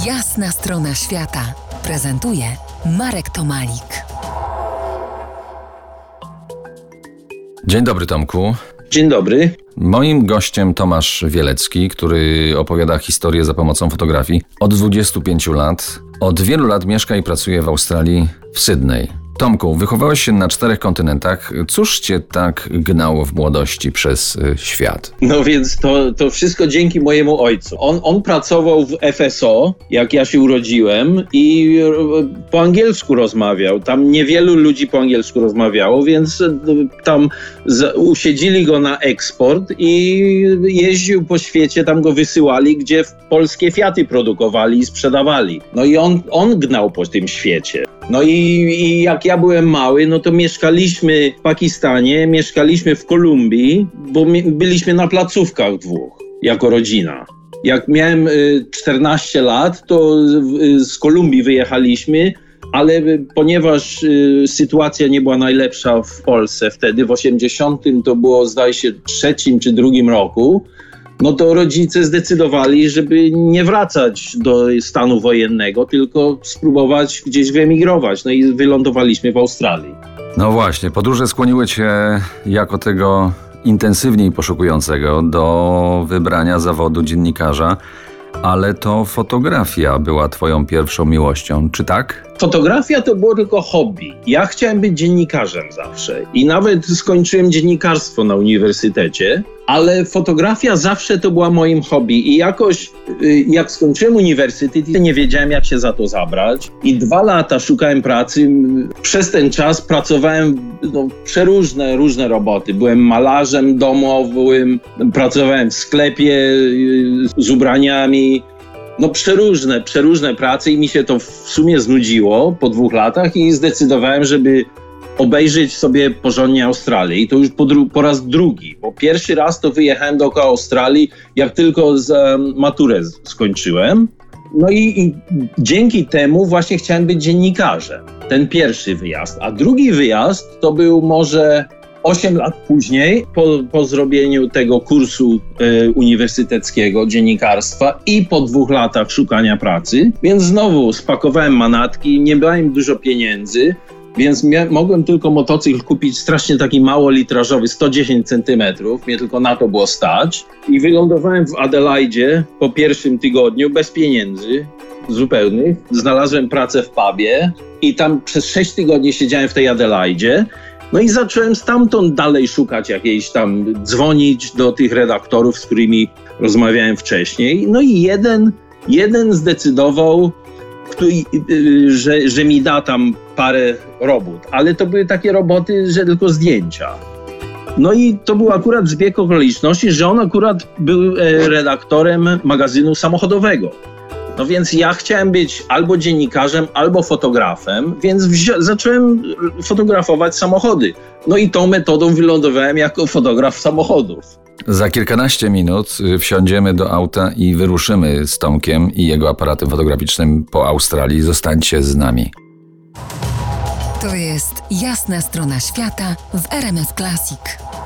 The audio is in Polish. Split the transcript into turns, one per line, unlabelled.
Jasna strona świata prezentuje Marek Tomalik.
Dzień dobry, Tomku.
Dzień dobry.
Moim gościem Tomasz Wielecki, który opowiada historię za pomocą fotografii od 25 lat. Od wielu lat mieszka i pracuje w Australii, w Sydney. Tomku, wychowałeś się na 4 kontynentach. Cóż cię tak gnało w młodości przez świat?
No więc to wszystko dzięki mojemu ojcu. On pracował w FSO, jak ja się urodziłem, i po angielsku rozmawiał. Tam niewielu ludzi po angielsku rozmawiało, więc tam usiedzili go na eksport i jeździł po świecie, tam go wysyłali, gdzie polskie Fiaty produkowali i sprzedawali. No i on gnał po tym świecie. No i jak ja byłem mały, no to mieszkaliśmy w Pakistanie, mieszkaliśmy w Kolumbii, bo byliśmy na placówkach dwóch, jako rodzina. Jak miałem 14 lat, to z Kolumbii wyjechaliśmy, ale ponieważ sytuacja nie była najlepsza w Polsce wtedy, w 80 to było, zdaje się, 3 czy 2 roku, no to rodzice zdecydowali, żeby nie wracać do stanu wojennego, tylko spróbować gdzieś wyemigrować. No i wylądowaliśmy w Australii.
No właśnie, podróże skłoniły cię jako tego intensywniej poszukującego do wybrania zawodu dziennikarza, ale to fotografia była twoją pierwszą miłością, czy tak?
Fotografia to było tylko hobby. Ja chciałem być dziennikarzem zawsze i nawet skończyłem dziennikarstwo na uniwersytecie, ale fotografia zawsze to była moim hobby i jakoś jak skończyłem uniwersytet, nie wiedziałem, jak się za to zabrać i 2 lata szukałem pracy. Przez ten czas pracowałem różne roboty. Byłem malarzem domowym, pracowałem w sklepie z ubraniami. No przeróżne prace i mi się to w sumie znudziło po 2 latach i zdecydowałem, żeby obejrzeć sobie porządnie Australię. I to już po raz drugi, bo pierwszy raz to wyjechałem dookoła Australii, jak tylko maturę skończyłem. No i dzięki temu właśnie chciałem być dziennikarzem. Ten pierwszy wyjazd. A drugi wyjazd to był może 8 lat później, po zrobieniu tego kursu uniwersyteckiego dziennikarstwa i po 2 latach szukania pracy, więc znowu spakowałem manatki, nie miałem dużo pieniędzy, więc mogłem tylko motocykl kupić strasznie taki mało litrażowy, 110 centymetrów, mnie tylko na to było stać i wylądowałem w Adelaidzie po pierwszym tygodniu bez pieniędzy zupełnych. Znalazłem pracę w pubie i tam przez 6 tygodni siedziałem w tej Adelaidzie. No i zacząłem stamtąd dalej szukać jakiejś tam, dzwonić do tych redaktorów, z którymi rozmawiałem wcześniej. No i jeden zdecydował, że mi da tam parę robót, ale to były takie roboty, że tylko zdjęcia. No i to był akurat zbieg okoliczności, że on akurat był redaktorem magazynu samochodowego. No więc ja chciałem być albo dziennikarzem, albo fotografem, więc zacząłem fotografować samochody. No i tą metodą wylądowałem jako fotograf samochodów.
Za kilkanaście minut wsiądziemy do auta i wyruszymy z Tomkiem i jego aparatem fotograficznym po Australii. Zostańcie z nami.
To jest Jasna strona świata w RMF Classic.